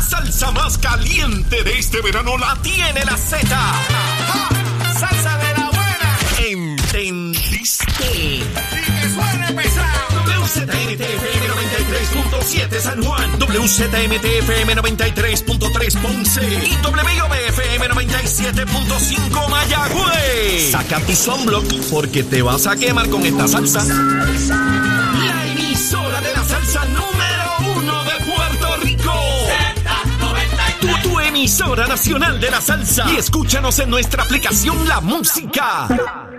salsa más caliente de este verano la tiene la Z. ¡Ja! ¡Salsa de la buena! ¿Entendiste? ¡Sí que suene pesado! WZMT-FM 93.7 San Juan, WZMT-FM 93.3 Ponce y WIOB-FM 97.5 Mayagüez. Saca tu sunblock porque te vas a quemar con esta salsa. La emisora de la salsa número 1 de Puerto Rico. Z93. Tu emisora nacional de la salsa. Y escúchanos en nuestra aplicación La Música.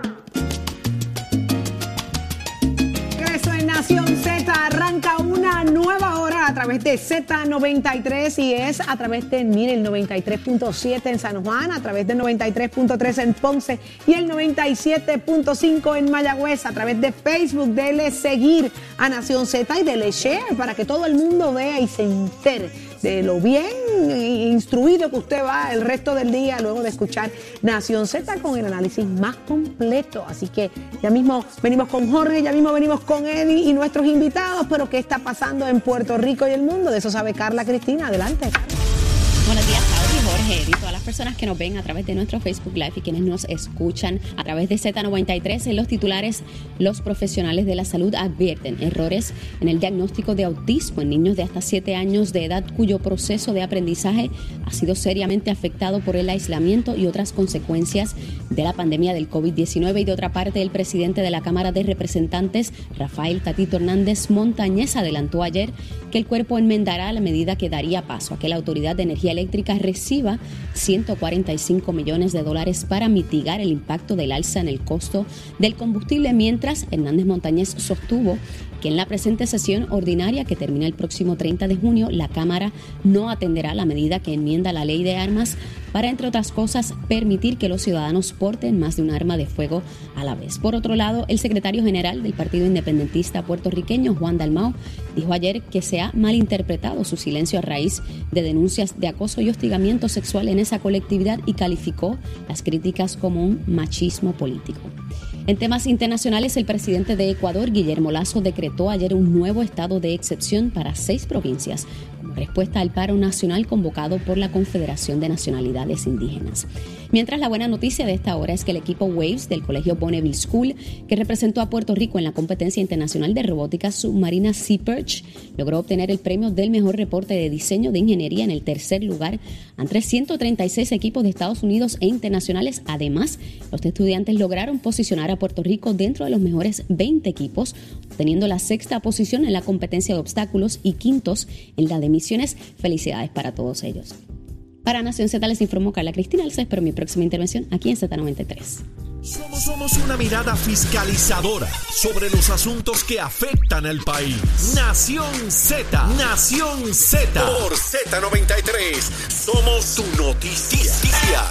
Nación Z arranca una nueva hora a través de Z93 y es a través de, mire, el 93.7 en San Juan, a través del 93.3 en Ponce y el 97.5 en Mayagüez, a través de Facebook. Dele seguir a Nación Z y dele share para que todo el mundo vea y se entere de lo bien instruido que usted va el resto del día luego de escuchar Nación Z con el análisis más completo. Así que ya mismo venimos con Jorge, ya mismo venimos con Eddie y nuestros invitados, pero ¿qué está pasando en Puerto Rico y el mundo? De eso sabe Carla Cristina. Adelante. Buenos días, Audi, Jorge, y todas las personas que nos ven a través de nuestro Facebook Live y quienes nos escuchan a través de Z93. En los titulares, los profesionales de la salud advierten errores en el diagnóstico de autismo en niños de hasta 7 años de edad cuyo proceso de aprendizaje ha sido seriamente afectado por el aislamiento y otras consecuencias de la pandemia del COVID-19. Y de otra parte, el presidente de la Cámara de Representantes, Rafael Tatito Hernández Montañez, adelantó ayer que el cuerpo enmendará la medida que daría paso a que la Autoridad de Energía Eléctrica reciba $145 millones para mitigar el impacto del alza en el costo del combustible, mientras Hernández Montañez sostuvo que en la presente sesión ordinaria que termina el próximo 30 de junio, la Cámara no atenderá la medida que enmienda la ley de armas para, entre otras cosas, permitir que los ciudadanos porten más de un arma de fuego a la vez. Por otro lado, el secretario general del Partido Independentista puertorriqueño, Juan Dalmau, dijo ayer que se ha malinterpretado su silencio a raíz de denuncias de acoso y hostigamiento sexual en esa colectividad y calificó las críticas como un machismo político. En temas internacionales, el presidente de Ecuador, Guillermo Lasso, decretó ayer un nuevo estado de excepción para 6 provincias como respuesta al paro nacional convocado por la Confederación de Nacionalidades Indígenas. Mientras, la buena noticia de esta hora es que el equipo Waves del Colegio Bonneville School, que representó a Puerto Rico en la competencia internacional de robótica submarina Sea Perch, logró obtener el premio del mejor reporte de diseño de ingeniería en el tercer lugar entre 136 equipos de Estados Unidos e internacionales. Además, los estudiantes lograron posicionar a Puerto Rico dentro de los mejores 20 equipos, obteniendo la 6ª posición en la competencia de obstáculos y 5º en la de misiones. Felicidades para todos ellos. Para Nación Z les informó Carla Cristina. Les espero mi próxima intervención aquí en Z93. Somos una mirada fiscalizadora sobre los asuntos que afectan al país. Nación Z. Nación Z. Por Z93. Somos su noticia.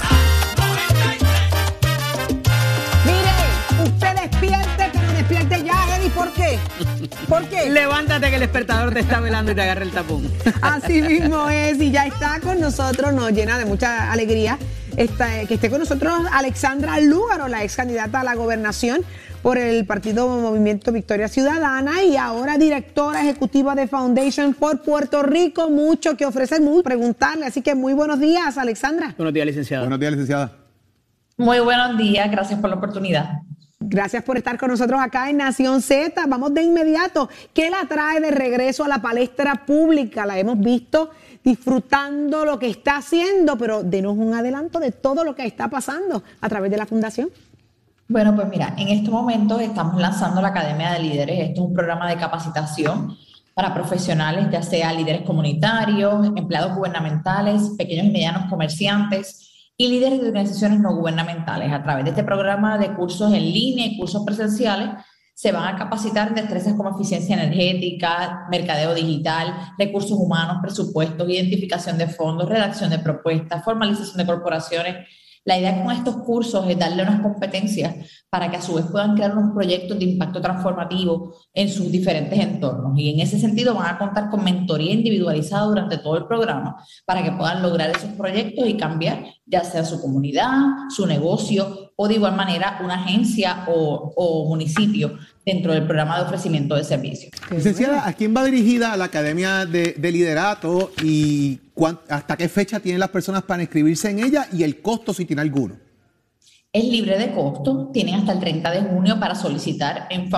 Mire, usted despierte, pero despierte ya, Eddie. ¿Por qué? ¿Por qué? Levántate que el despertador te está velando y te agarra el tapón. Así mismo es, y ya está con nosotros, nos llena de mucha alegría que esté con nosotros Alexandra Lúgaro, la ex candidata a la gobernación por el partido Movimiento Victoria Ciudadana y ahora directora ejecutiva de Foundation por Puerto Rico. Mucho que ofrecer, mucho preguntarle, así que muy buenos días, Alexandra. Buenos días, licenciada. Buenos días, licenciada. Muy buenos días, gracias por la oportunidad. Gracias por estar con nosotros acá en Nación Z. Vamos de inmediato. ¿Qué la trae de regreso a la palestra pública? La hemos visto disfrutando lo que está haciendo, pero denos un adelanto de todo lo que está pasando a través de la Fundación. Bueno, pues mira, en estos momentos estamos lanzando la Academia de Líderes. Esto es un programa de capacitación para profesionales, ya sea líderes comunitarios, empleados gubernamentales, pequeños y medianos comerciantes y líderes de organizaciones no gubernamentales. A través de este programa de cursos en línea y cursos presenciales, se van a capacitar en destrezas como eficiencia energética, mercadeo digital, recursos humanos, presupuestos, identificación de fondos, redacción de propuestas, formalización de corporaciones. La idea con estos cursos es darle unas competencias para que a su vez puedan crear unos proyectos de impacto transformativo en sus diferentes entornos. Y en ese sentido van a contar con mentoría individualizada durante todo el programa para que puedan lograr esos proyectos y cambiar ya sea su comunidad, su negocio o de igual manera una agencia o municipio dentro del programa de ofrecimiento de servicios. Licenciada, ¿a quién va dirigida la Academia de Liderato y hasta qué fecha tienen las personas para inscribirse en ella y el costo si tiene alguno? Es libre de costo, tienen hasta el 30 de junio para solicitar en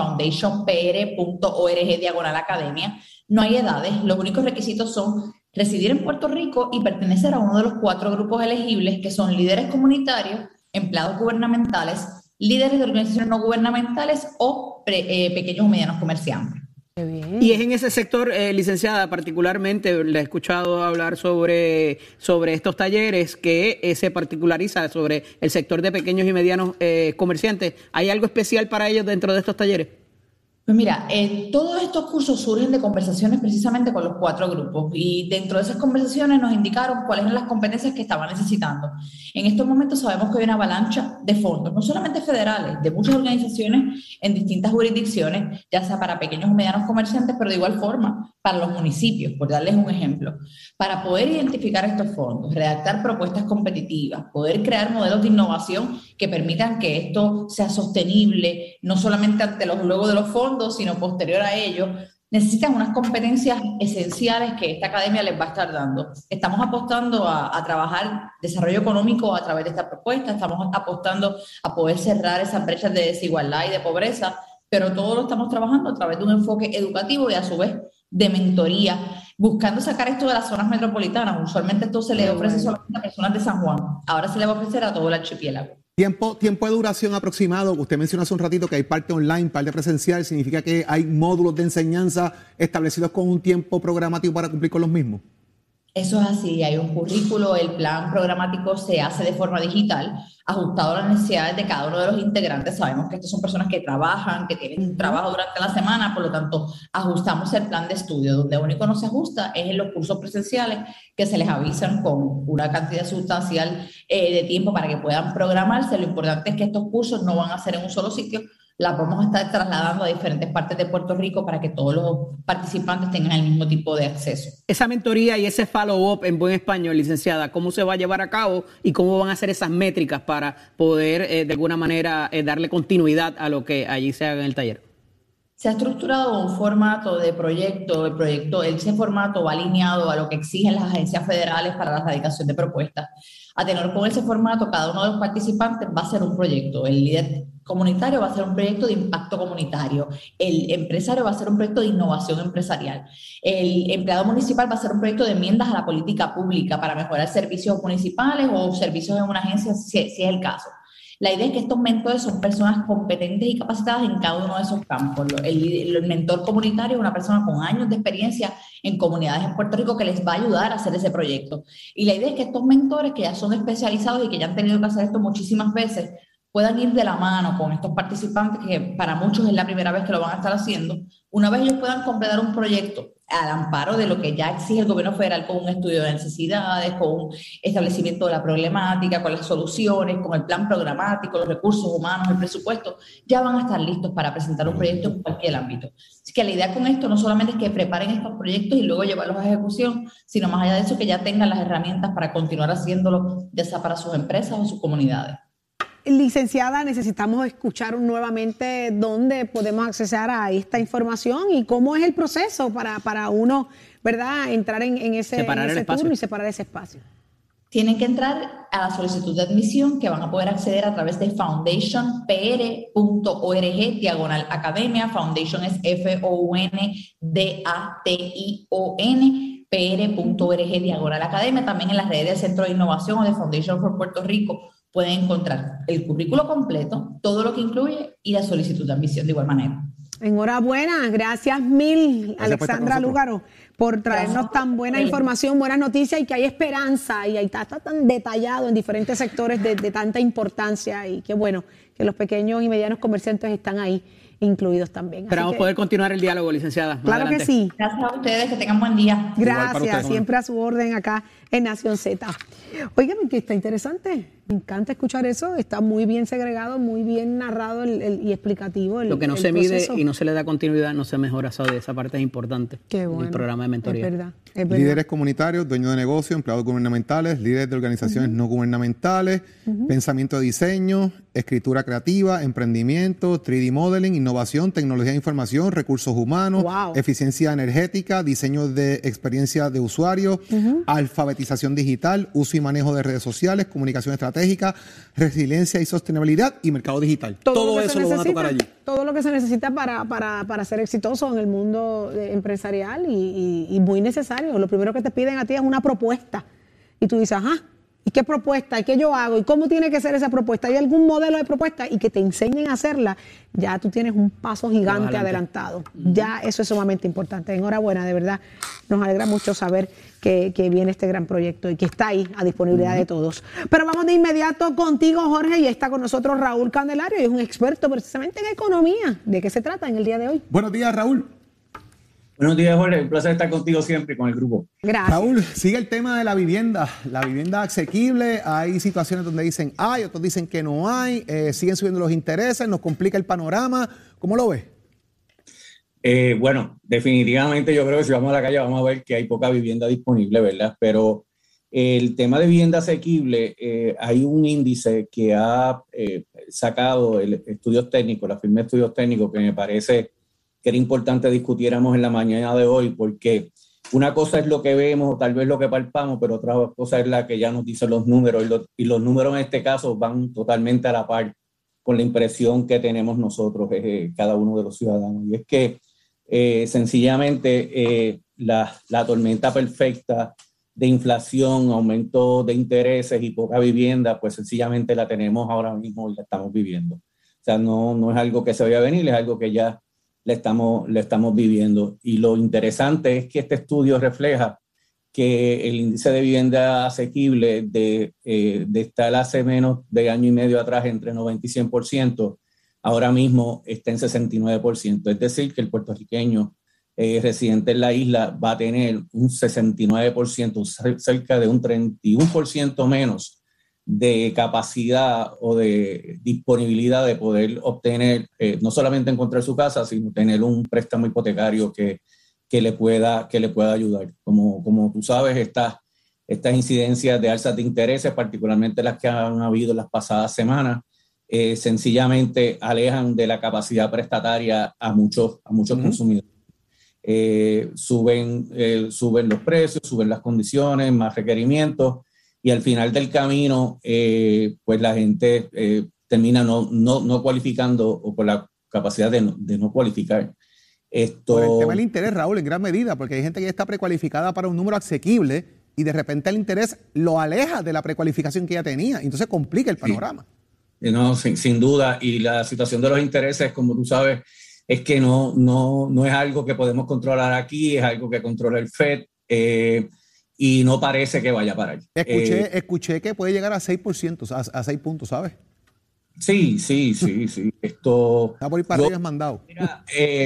foundationpr.org/academia. No hay edades, los únicos requisitos son residir en Puerto Rico y pertenecer a uno de los 4 grupos elegibles, que son líderes comunitarios, empleados gubernamentales, líderes de organizaciones no gubernamentales o pequeños o medianos comerciantes. Qué bien. Y es en ese sector, licenciada, particularmente, le he escuchado hablar sobre estos talleres que se particulariza sobre el sector de pequeños y medianos comerciantes. ¿Hay algo especial para ellos dentro de estos talleres? Pues mira, todos estos cursos surgen de conversaciones precisamente con los 4 grupos y dentro de esas conversaciones nos indicaron cuáles eran las competencias que estaban necesitando. En estos momentos sabemos que hay una avalancha de fondos, no solamente federales, de muchas organizaciones en distintas jurisdicciones, ya sea para pequeños o medianos comerciantes, pero de igual forma para los municipios, por darles un ejemplo. Para poder identificar estos fondos, redactar propuestas competitivas, poder crear modelos de innovación que permitan que esto sea sostenible, no solamente ante luego de los fondos, sino posterior a ello, necesitan unas competencias esenciales que esta academia les va a estar dando. Estamos apostando a trabajar desarrollo económico a través de esta propuesta, estamos apostando a poder cerrar esas brechas de desigualdad y de pobreza, pero todo lo estamos trabajando a través de un enfoque educativo y a su vez de mentoría, buscando sacar esto de las zonas metropolitanas. Usualmente esto se le ofrece solamente a personas de San Juan, ahora se le va a ofrecer a todo el archipiélago. Tiempo de duración aproximado, usted mencionó hace un ratito que hay parte online, parte presencial, ¿significa que hay módulos de enseñanza establecidos con un tiempo programático para cumplir con los mismos? Eso es así, hay un currículo, el plan programático se hace de forma digital, ajustado a las necesidades de cada uno de los integrantes. Sabemos que estas son personas que trabajan, que tienen un trabajo durante la semana, por lo tanto, ajustamos el plan de estudio. Donde único no se ajusta es en los cursos presenciales, que se les avisan con una cantidad sustancial de tiempo para que puedan programarse. Lo importante es que estos cursos no van a ser en un solo sitio, las vamos a estar trasladando a diferentes partes de Puerto Rico para que todos los participantes tengan el mismo tipo de acceso. Esa mentoría y ese follow-up en buen español, licenciada, ¿cómo se va a llevar a cabo y cómo van a ser esas métricas para poder de alguna manera darle continuidad a lo que allí se haga en el taller? Se ha estructurado un formato de proyecto, ese formato va alineado a lo que exigen las agencias federales para la radicación de propuestas. A tenor con ese formato, cada uno de los participantes va a hacer un proyecto. El líder comunitario va a hacer un proyecto de impacto comunitario, el empresario va a hacer un proyecto de innovación empresarial, el empleado municipal va a hacer un proyecto de enmiendas a la política pública para mejorar servicios municipales o servicios en una agencia, si es el caso. La idea es que estos mentores son personas competentes y capacitadas en cada uno de esos campos. El mentor comunitario es una persona con años de experiencia en comunidades en Puerto Rico que les va a ayudar a hacer ese proyecto. Y la idea es que estos mentores que ya son especializados y que ya han tenido que hacer esto muchísimas veces, puedan ir de la mano con estos participantes que para muchos es la primera vez que lo van a estar haciendo, una vez ellos puedan completar un proyecto al amparo de lo que ya exige el gobierno federal con un estudio de necesidades, con un establecimiento de la problemática, con las soluciones, con el plan programático, los recursos humanos, el presupuesto, ya van a estar listos para presentar un proyecto en cualquier ámbito. Así que la idea con esto no solamente es que preparen estos proyectos y luego llevarlos a ejecución, sino más allá de eso que ya tengan las herramientas para continuar haciéndolo, ya sea para sus empresas o sus comunidades. Licenciada, necesitamos escuchar nuevamente dónde podemos accesar a esta información y cómo es el proceso para uno, ¿verdad?, entrar en ese turno y separar ese espacio. Tienen que entrar a la solicitud de admisión que van a poder acceder a través de foundationpr.org/academia. Foundation es FOUNDATION, pr.org/academia. También en las redes del Centro de Innovación o de Foundation for Puerto Rico pueden encontrar el currículo completo, todo lo que incluye y la solicitud de admisión de igual manera. Enhorabuena, gracias mil, Alexandra Lúgaro, por traernos tan buena información, buenas noticias y que hay esperanza y está tan detallado en diferentes sectores de tanta importancia y qué bueno que los pequeños y medianos comerciantes están ahí incluidos también. Esperamos poder continuar el diálogo, licenciada. Claro que sí. Gracias a ustedes, que tengan buen día. Gracias, siempre a su orden acá en Nación Z. Oigan, que está interesante. Me encanta escuchar eso, está muy bien segregado, muy bien narrado y explicativo. Lo que no se mide y no se le da continuidad, no se mejora. Esa parte es importante. Qué bueno. El programa de mentoría. Es verdad. Líderes comunitarios, dueños de negocios, empleados gubernamentales, líderes de organizaciones no gubernamentales, pensamiento de diseño, escritura creativa, emprendimiento, 3D modeling, innovación, tecnología de información, recursos humanos, eficiencia energética, diseño de experiencia de usuario, alfabetización digital, uso y manejo de redes sociales, comunicación estratégica, resiliencia y sostenibilidad y mercado digital. Todo eso lo van a tocar allí. Todo lo que se necesita para ser exitoso en el mundo empresarial y muy necesario. Lo primero que te piden a ti es una propuesta. Y tú dices, ajá, ¿y qué propuesta? ¿Y qué yo hago? ¿Y cómo tiene que ser esa propuesta? ¿Hay algún modelo de propuesta? Y que te enseñen a hacerla, ya tú tienes un paso gigante adelantado. Ya eso es sumamente importante. Enhorabuena, de verdad. Nos alegra mucho saber que viene este gran proyecto y que está ahí a disponibilidad de todos. Pero vamos de inmediato contigo, Jorge, y está con nosotros Raúl Candelario, y es un experto precisamente en economía. ¿De qué se trata en el día de hoy? Buenos días, Raúl. Buenos días, Jorge. Un placer estar contigo siempre y con el grupo. Gracias. Raúl, sigue el tema de la vivienda asequible. Hay situaciones donde dicen hay, otros dicen que no hay. Siguen subiendo los intereses, nos complica el panorama. ¿Cómo lo ves? Bueno, definitivamente yo creo que si vamos a la calle vamos a ver que hay poca vivienda disponible, ¿verdad? Pero el tema de vivienda asequible, hay un índice que ha sacado estudios técnicos, la firma de estudios técnicos, que me parece que era importante discutiéramos en la mañana de hoy, porque una cosa es lo que vemos, tal vez lo que palpamos, pero otra cosa es la que ya nos dicen los números, y los números en este caso van totalmente a la par con la impresión que tenemos nosotros, cada uno de los ciudadanos. Y es que sencillamente la tormenta perfecta de inflación, aumento de intereses y poca vivienda, pues sencillamente la tenemos ahora mismo y la estamos viviendo. O sea, no es algo que se vaya a venir, es algo que ya le estamos viviendo. Y lo interesante es que este estudio refleja que el índice de vivienda asequible de estar hace menos de año y medio atrás entre 90 y 100%, ahora mismo está en 69%. Es decir, que el puertorriqueño residente en la isla va a tener un 69%, cerca de un 31% menos de capacidad o de disponibilidad de poder obtener, no solamente encontrar su casa, sino tener un préstamo hipotecario que le pueda ayudar. Como tú sabes, estas incidencias de alzas de intereses, particularmente las que han habido en las pasadas semanas, sencillamente alejan de la capacidad prestataria a muchos consumidores. Suben los precios, suben las condiciones, más requerimientos, y al final del camino, pues la gente termina no cualificando o por la capacidad de no cualificar. Por el tema del interés, Raúl, en gran medida, porque hay gente que ya está precualificada para un número asequible y de repente el interés lo aleja de la precualificación que ya tenía, entonces complica el panorama. Sí. No, sin duda, y la situación de los intereses, como tú sabes, es que no es algo que podemos controlar aquí, es algo que controla el FED, y no parece que vaya a parar. Escuché que puede llegar a 6%, a 6 puntos, ¿sabes? Sí. Esto está por ir para arriba mandado. Mira,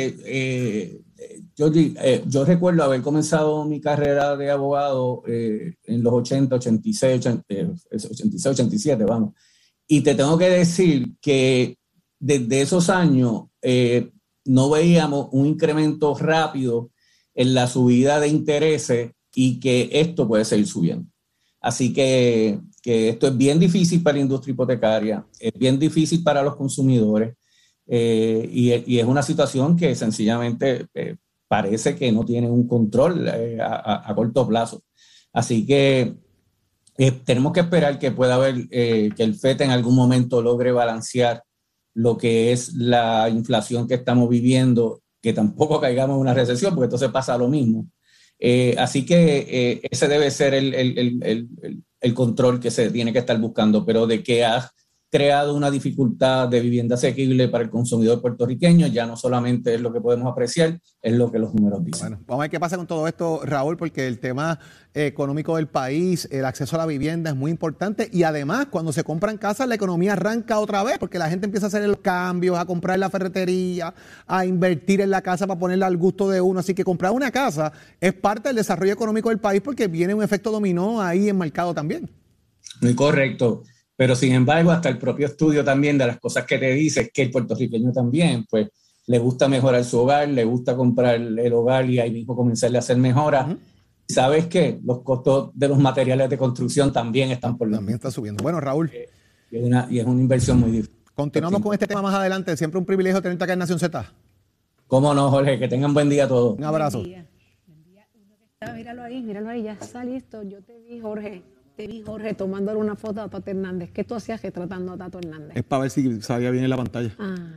yo recuerdo haber comenzado mi carrera de abogado en los 80, 86, 87, vamos. Y te tengo que decir que desde esos años no veíamos un incremento rápido en la subida de intereses y que esto puede seguir subiendo. Así que esto es bien difícil para la industria hipotecaria, es bien difícil para los consumidores y es una situación que sencillamente parece que no tiene un control a corto plazo. Así que tenemos que esperar que pueda haber, que el FED en algún momento logre balancear lo que es la inflación que estamos viviendo, que tampoco caigamos en una recesión, porque entonces pasa lo mismo. Así que ese debe ser el control que se tiene que estar buscando, pero de que ha creado una dificultad de vivienda asequible para el consumidor puertorriqueño, ya no solamente es lo que podemos apreciar, es lo que los números dicen. Bueno, vamos a ver qué pasa con todo esto, Raúl, porque el tema económico del país, el acceso a la vivienda es muy importante y además cuando se compran casas la economía arranca otra vez porque la gente empieza a hacer los cambios, a comprar en la ferretería, a invertir en la casa para ponerla al gusto de uno. Así que comprar una casa es parte del desarrollo económico del país porque viene un efecto dominó ahí enmarcado también. Muy correcto. Pero sin embargo, hasta el propio estudio también de las cosas que te dice es que el puertorriqueño también, pues, le gusta mejorar su hogar, le gusta comprar el hogar y ahí mismo comenzarle a hacer mejoras. Uh-huh. ¿Sabes qué? Los costos de los materiales de construcción también están por También está subiendo. Bueno, Raúl. Y es una inversión muy difícil. Continuamos con este tema más adelante. Siempre un privilegio tenerte acá en Nación Z. Cómo no, Jorge. Que tengan buen día todos. Un abrazo. Míralo ahí, ya está listo. Yo te vi, Jorge, tomándole una foto a Tato Hernández. ¿Qué tú hacías retratando a Tato Hernández? Es para ver si salía bien en la pantalla.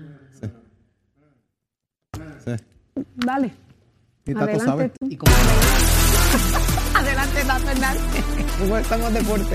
Sí. Dale. Y Tato sabe. Adelante, Tato Hernández. Igual estamos deporte.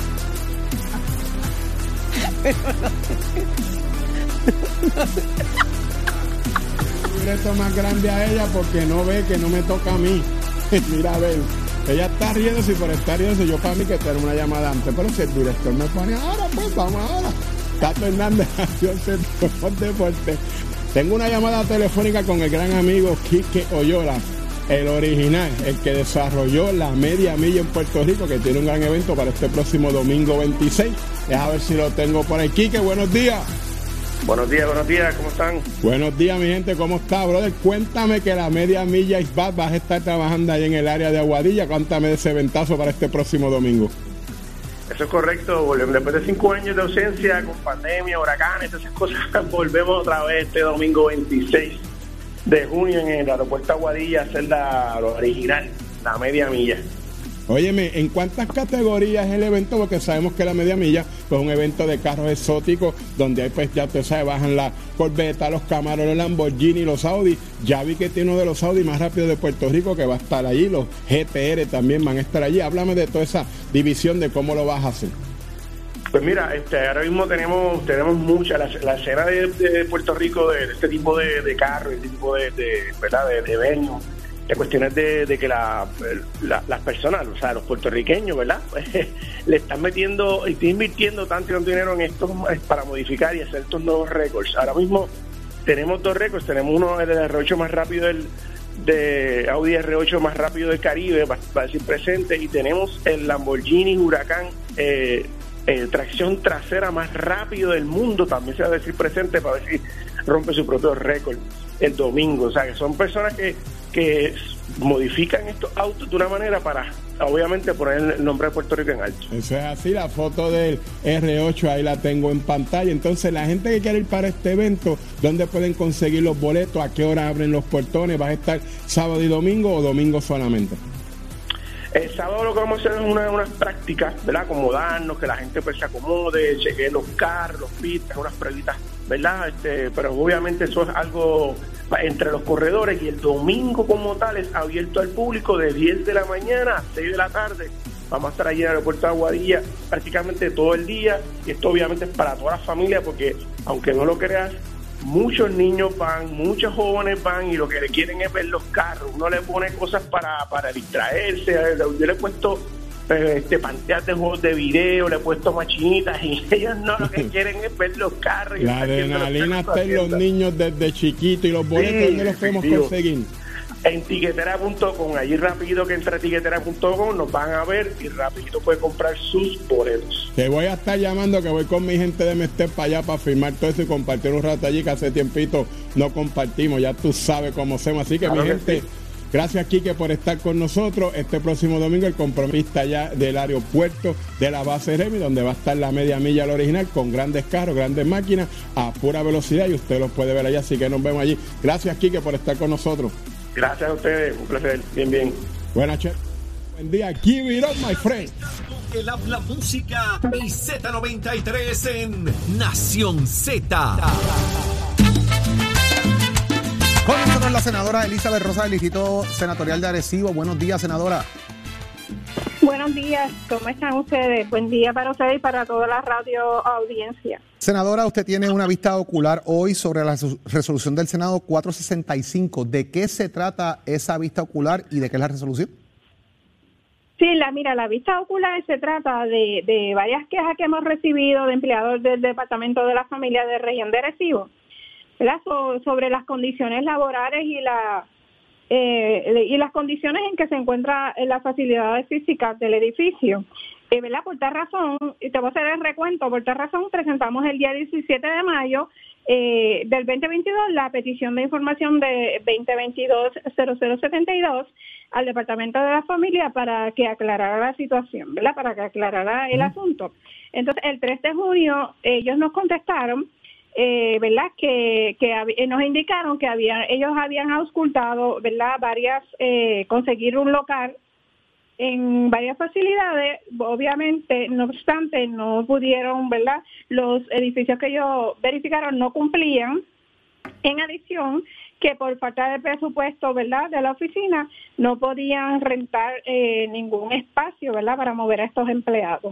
Esto más grande a ella porque no ve que no me toca a mí. Mira, a ver, ella está riéndose y por estar riéndose yo para mí que tener una llamada antes, pero si el director me pone ahora, pues vamos ahora. Tato Hernández, Nación Z Deporte. Tengo una llamada telefónica con el gran amigo Quique Oyola, el original, el que desarrolló la media milla en Puerto Rico, que tiene un gran evento para este próximo domingo 26. A ver si lo tengo por ahí. Quique, buenos días. Buenos días, ¿cómo están? Buenos días, mi gente, ¿cómo está, brother? Cuéntame que la media milla ISBAT vas a estar trabajando ahí en el área de Aguadilla. Cuéntame de ese eventazo para este próximo domingo. Eso es correcto, después de 5 años de ausencia, con pandemia, huracanes, esas cosas, volvemos otra vez este domingo 26 de junio en el aeropuerto Aguadilla a hacer lo original, la media milla. Óyeme, ¿en cuántas categorías es el evento? Porque sabemos que la media milla pues, es un evento de carros exóticos, donde hay, pues ya usted sabe, bajan la Corvette, los Camaros, los Lamborghini, los Audi. Ya vi que tiene uno de los Audi más rápidos de Puerto Rico que va a estar allí, los GTR también van a estar allí. Háblame de toda esa división, de cómo lo vas a hacer. Pues mira, ahora mismo tenemos mucha, la escena de Puerto Rico de este tipo de carros, este tipo de venues. La cuestión es de que las personas, o sea, los puertorriqueños, ¿verdad? Le están invirtiendo tanto dinero en esto para modificar y hacer estos nuevos récords. Ahora mismo tenemos 2 récords, tenemos uno del R8 más rápido de Audi R8 más rápido del Caribe, va a decir presente, y tenemos el Lamborghini Huracán tracción trasera más rápido del mundo, también se va a decir presente para ver si rompe su propio récord el domingo. O sea, que son personas que modifican estos autos de una manera para, obviamente, poner el nombre de Puerto Rico en alto. Eso es así, la foto del R8 ahí la tengo en pantalla. Entonces, la gente que quiere ir para este evento, ¿dónde pueden conseguir los boletos? ¿A qué hora abren los portones? ¿Vas a estar sábado y domingo o domingo solamente? El sábado lo que vamos a hacer es unas prácticas, ¿verdad? Acomodarnos, que la gente pues se acomode, chequee los carros, los pits, unas pruebitas, ¿verdad? Pero obviamente eso es algo entre los corredores, y el domingo como tal es abierto al público de 10 de la mañana a 6 de la tarde. Vamos a estar allí en el aeropuerto de Aguadilla prácticamente todo el día, y esto obviamente es para toda la familia, porque aunque no lo creas, muchos niños van, muchos jóvenes van, y lo que le quieren es ver los carros. Uno le pone cosas para distraerse. Yo le he puesto pantallas de juegos de video, le he puesto machinitas, y ellos no, lo que quieren es ver los carros. La adrenalina está en los niños desde chiquitos. ¿Y los boletos dónde los podemos conseguir? En tiquetera.com, allí rapidito que entra a tiquetera.com nos van a ver y rapidito puede comprar sus boletos. Te voy a estar llamando, que voy con mi gente de Mestre para allá para firmar todo eso y compartir un rato allí, que hace tiempito no compartimos, ya tú sabes cómo hacemos. Así que, claro, mi gente, sí. Gracias, Quique, por estar con nosotros. Este próximo domingo el compromiso ya del aeropuerto de la base Remy, donde va a estar la media milla al original, con grandes carros, grandes máquinas a pura velocidad, y usted los puede ver allá, así que nos vemos allí. Gracias, Quique, por estar con nosotros. Gracias a ustedes, un placer. Bien. Buenas noches. Buen día. Give it up, my friend. El habla música y Z93 en Nación Z. Con nosotros la senadora Elizabeth Rosa del Distrito Senatorial de Arecibo. Buenos días, senadora. Buenos días, ¿cómo están ustedes? Buen día para ustedes y para toda la radio audiencia. Senadora, usted tiene una vista ocular hoy sobre la resolución del Senado 465. ¿De qué se trata esa vista ocular y de qué es la resolución? Sí, la vista ocular se trata de varias quejas que hemos recibido de empleados del Departamento de la Familia de Región de Arecibo, ¿verdad? Sobre las condiciones laborales y las condiciones en que se encuentran las facilidades físicas del edificio. ¿verdad? Por tal razón, y te voy a hacer el recuento, por tal razón presentamos el día 17 de mayo del 2022 la petición de información de 2022-0072 al Departamento de la Familia para que aclarara la situación, ¿verdad? Para que aclarara el asunto. Entonces, el 3 de junio ellos nos contestaron, ¿verdad? Que nos indicaron que ellos habían auscultado, ¿verdad? Conseguir un local en varias facilidades. Obviamente, no obstante, no pudieron, ¿verdad? Los edificios que ellos verificaron no cumplían. En adición, que por falta de presupuesto, ¿verdad?, de la oficina, no podían rentar ningún espacio, ¿verdad?, para mover a estos empleados.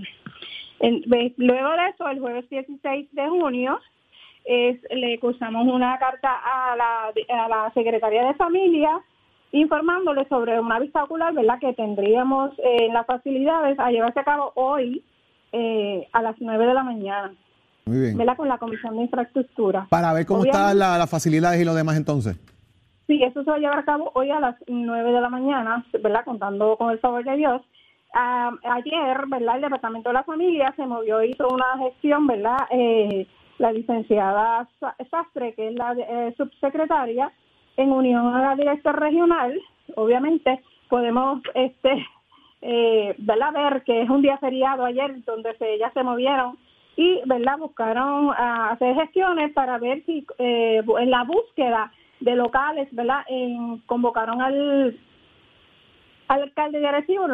Luego de eso, el jueves 16 de junio, le cursamos una carta a la Secretaría de Familia informándole sobre una vista ocular, ¿verdad?, que tendríamos en las facilidades a llevarse a cabo hoy a las 9 de la mañana. Muy bien. ¿Verdad? Con la Comisión de Infraestructura. Para ver cómo están las facilidades y lo demás entonces. Sí, eso se va a llevar a cabo hoy a las 9 de la mañana, ¿verdad? Contando con el favor de Dios. Ayer, ¿verdad? El Departamento de la Familia se movió, hizo una gestión, ¿verdad? La licenciada Sastre, que es la subsecretaria, en unión a la directora regional. Obviamente podemos ¿verdad? Ver que es un día feriado ayer donde ellas se movieron y, ¿verdad?, buscaron hacer gestiones para ver si en la búsqueda de locales, ¿verdad?, convocaron al alcalde de Arecibo,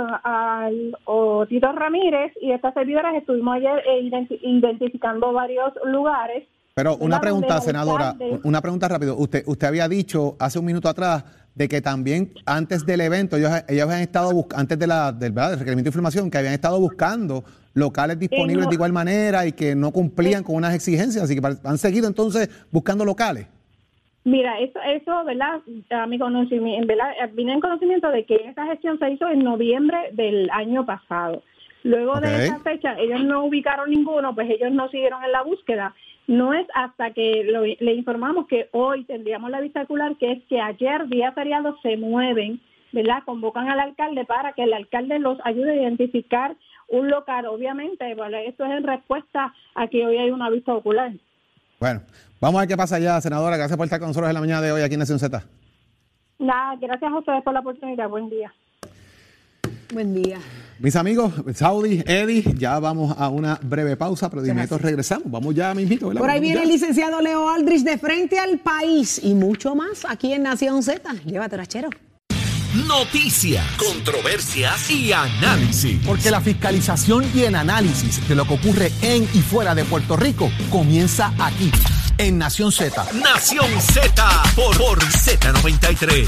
Tito Ramírez, y estas servidoras estuvimos ayer identificando varios lugares. Pero una pregunta, senadora, una pregunta rápido. Usted había dicho hace un minuto atrás de que también antes del evento, ellos habían estado antes del requerimiento de información, que habían estado buscando locales disponibles de igual manera y que no cumplían con unas exigencias, así que han seguido entonces buscando locales. Mira, eso, ¿verdad? A mi conocimiento, ¿verdad? Vine en conocimiento de que esa gestión se hizo en noviembre del año pasado. Luego de esa fecha, ellos no ubicaron ninguno, pues ellos no siguieron en la búsqueda. No es hasta que le informamos que hoy tendríamos la vista ocular, que es que ayer, día feriado, se mueven, ¿verdad? Convocan al alcalde para que el alcalde los ayude a identificar un local. Obviamente, ¿vale? Esto es en respuesta a que hoy hay una vista ocular. Bueno, vamos a ver qué pasa ya, senadora. Gracias por estar con nosotros en la mañana de hoy aquí en Nación Z. Nada, gracias a ustedes por la oportunidad. Buen día. Buen día. Mis amigos, Saudi, Eddie, ya vamos a una breve pausa, pero de inmediato regresamos. Vamos ya mismito, ¿verdad? Por ahí viene el licenciado Leo Aldrich de Frente al País y mucho más aquí en Nación Z. Llévate, rachero. Noticias, controversias y análisis. Porque la fiscalización y el análisis de lo que ocurre en y fuera de Puerto Rico comienza aquí, en Nación Z. Nación Z por Z93.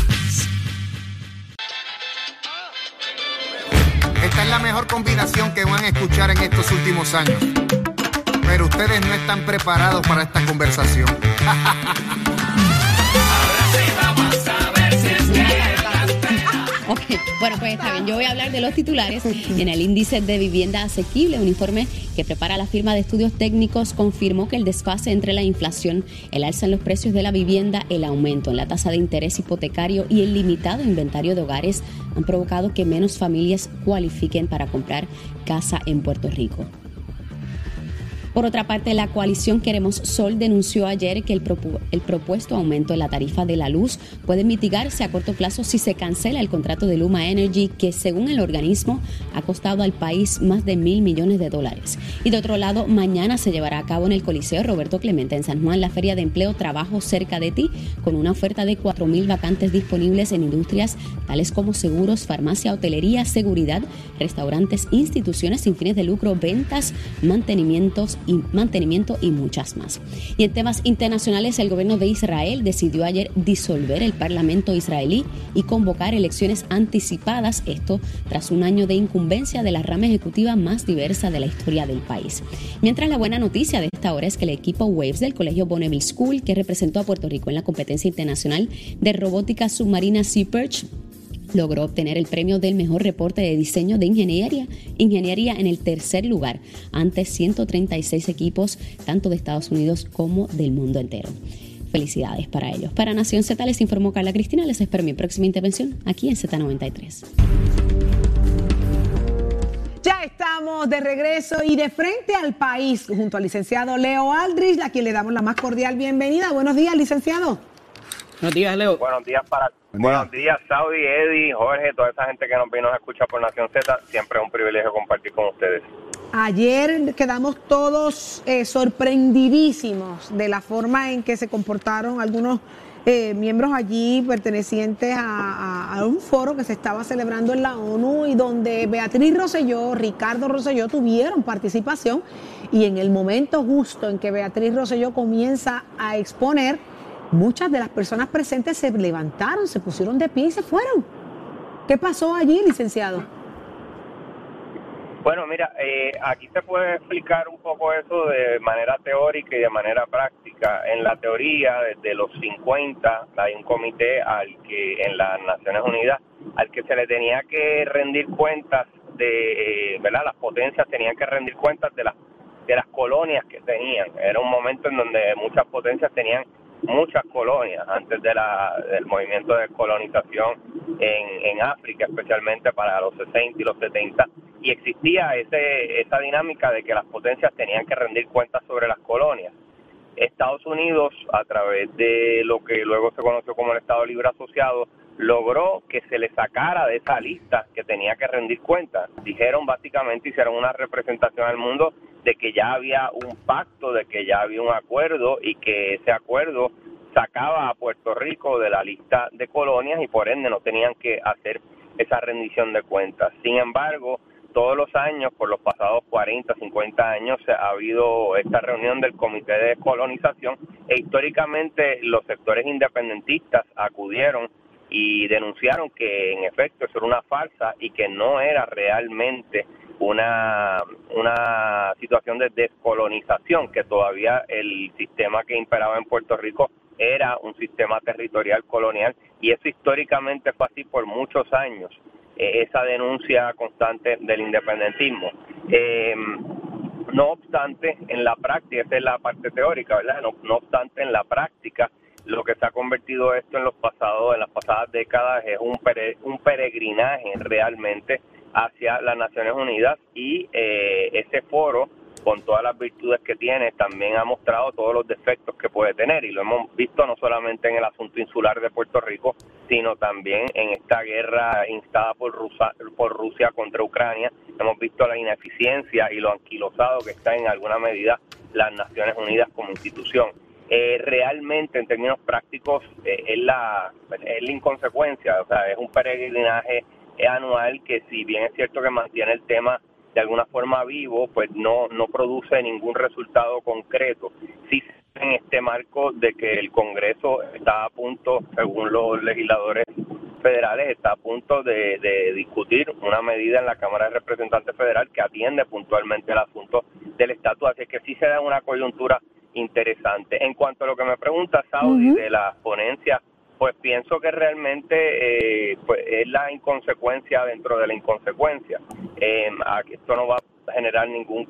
Esta es la mejor combinación que van a escuchar en estos últimos años. Pero ustedes no están preparados para esta conversación. Ok, bueno, pues está bien. Yo voy a hablar de los titulares. En el índice de vivienda asequible, un informe que prepara la firma de estudios técnicos confirmó que el desfase entre la inflación, el alza en los precios de la vivienda, el aumento en la tasa de interés hipotecario y el limitado inventario de hogares han provocado que menos familias cualifiquen para comprar casa en Puerto Rico. Por otra parte, la coalición Queremos Sol denunció ayer que el propuesto aumento en la tarifa de la luz puede mitigarse a corto plazo si se cancela el contrato de Luma Energy, que según el organismo ha costado al país más de $1,000 millones. Y de otro lado, mañana se llevará a cabo en el Coliseo Roberto Clemente en San Juan la Feria de Empleo Trabajo Cerca de Ti, con una oferta de 4,000 vacantes disponibles en industrias tales como seguros, farmacia, hotelería, seguridad, restaurantes, instituciones sin fines de lucro, ventas, mantenimiento y muchas más. Y en temas internacionales, el gobierno de Israel decidió ayer disolver el parlamento israelí y convocar elecciones anticipadas, esto tras un año de incumbencia de la rama ejecutiva más diversa de la historia del país. Mientras, la buena noticia de esta hora es que el equipo Waves del Colegio Bonneville School, que representó a Puerto Rico en la competencia internacional de robótica submarina Sea Perch, logró obtener el premio del mejor reporte de diseño de ingeniería en el tercer lugar ante 136 equipos tanto de Estados Unidos como del mundo entero. Felicidades para ellos. Para Nación Z les informó Carla Cristina. Les espero mi próxima intervención aquí en Z93. Ya estamos estamos de regreso y de frente al país junto al licenciado Leo Aldrich, a quien le damos la más cordial bienvenida. Buenos días, licenciado. Buenos días, Leo. Buenos días, Saudi, Eddie, Jorge, toda esa gente que nos vino a escuchar por Nación Z. Siempre es un privilegio compartir con ustedes. Ayer quedamos todos sorprendidísimos de la forma en que se comportaron algunos miembros allí pertenecientes a un foro que se estaba celebrando en la ONU y donde Beatriz Rosselló, Ricardo Rosselló tuvieron participación, y en el momento justo en que Beatriz Rosselló comienza a exponer, muchas de las personas presentes se levantaron, se pusieron de pie y se fueron. ¿Qué pasó allí, licenciado? Bueno, mira, aquí se puede explicar un poco eso de manera teórica y de manera práctica. En la teoría, desde los 50, hay un comité en las Naciones Unidas al que se le tenía que rendir cuentas ¿verdad? Las potencias tenían que rendir cuentas de las colonias que tenían. Era un momento en donde muchas potencias tenían muchas colonias antes del movimiento de colonización en África, especialmente para los 60 y los 70, y existía esa dinámica de que las potencias tenían que rendir cuentas sobre las colonias. Estados Unidos, a través de lo que luego se conoció como el Estado Libre Asociado, logró que se le sacara de esa lista que tenía que rendir cuentas. Dijeron básicamente, hicieron una representación al mundo de que ya había un pacto, de que ya había un acuerdo y que ese acuerdo sacaba a Puerto Rico de la lista de colonias y por ende no tenían que hacer esa rendición de cuentas. Sin embargo, todos los años, por los pasados 40, 50 años, ha habido esta reunión del Comité de Descolonización e históricamente los sectores independentistas acudieron y denunciaron que en efecto eso era una farsa y que no era realmente una situación de descolonización, que todavía el sistema que imperaba en Puerto Rico era un sistema territorial colonial, y eso históricamente fue así por muchos años, esa denuncia constante del independentismo. No obstante, en la práctica, esa es la parte teórica, ¿verdad? No obstante, en la práctica, lo que se ha convertido esto en las pasadas décadas es un peregrinaje realmente hacia las Naciones Unidas, y ese foro, con todas las virtudes que tiene, también ha mostrado todos los defectos que puede tener, y lo hemos visto no solamente en el asunto insular de Puerto Rico, sino también en esta guerra instada por Rusia contra Ucrania. Hemos visto la ineficiencia y lo anquilosado que está en alguna medida las Naciones Unidas como institución. Realmente, en términos prácticos, es la inconsecuencia, o sea, es un peregrinaje anual que, si bien es cierto que mantiene el tema de alguna forma vivo, pues no produce ningún resultado concreto. Sí, en este marco de que el Congreso está a punto, según los legisladores federales, está a punto de discutir una medida en la Cámara de Representantes Federal que atiende puntualmente el asunto del estatus, así que sí se da una coyuntura interesante. En cuanto a lo que me pregunta Saudi de la ponencia, pues pienso que realmente pues es la inconsecuencia dentro de la inconsecuencia. Esto no va a generar ningún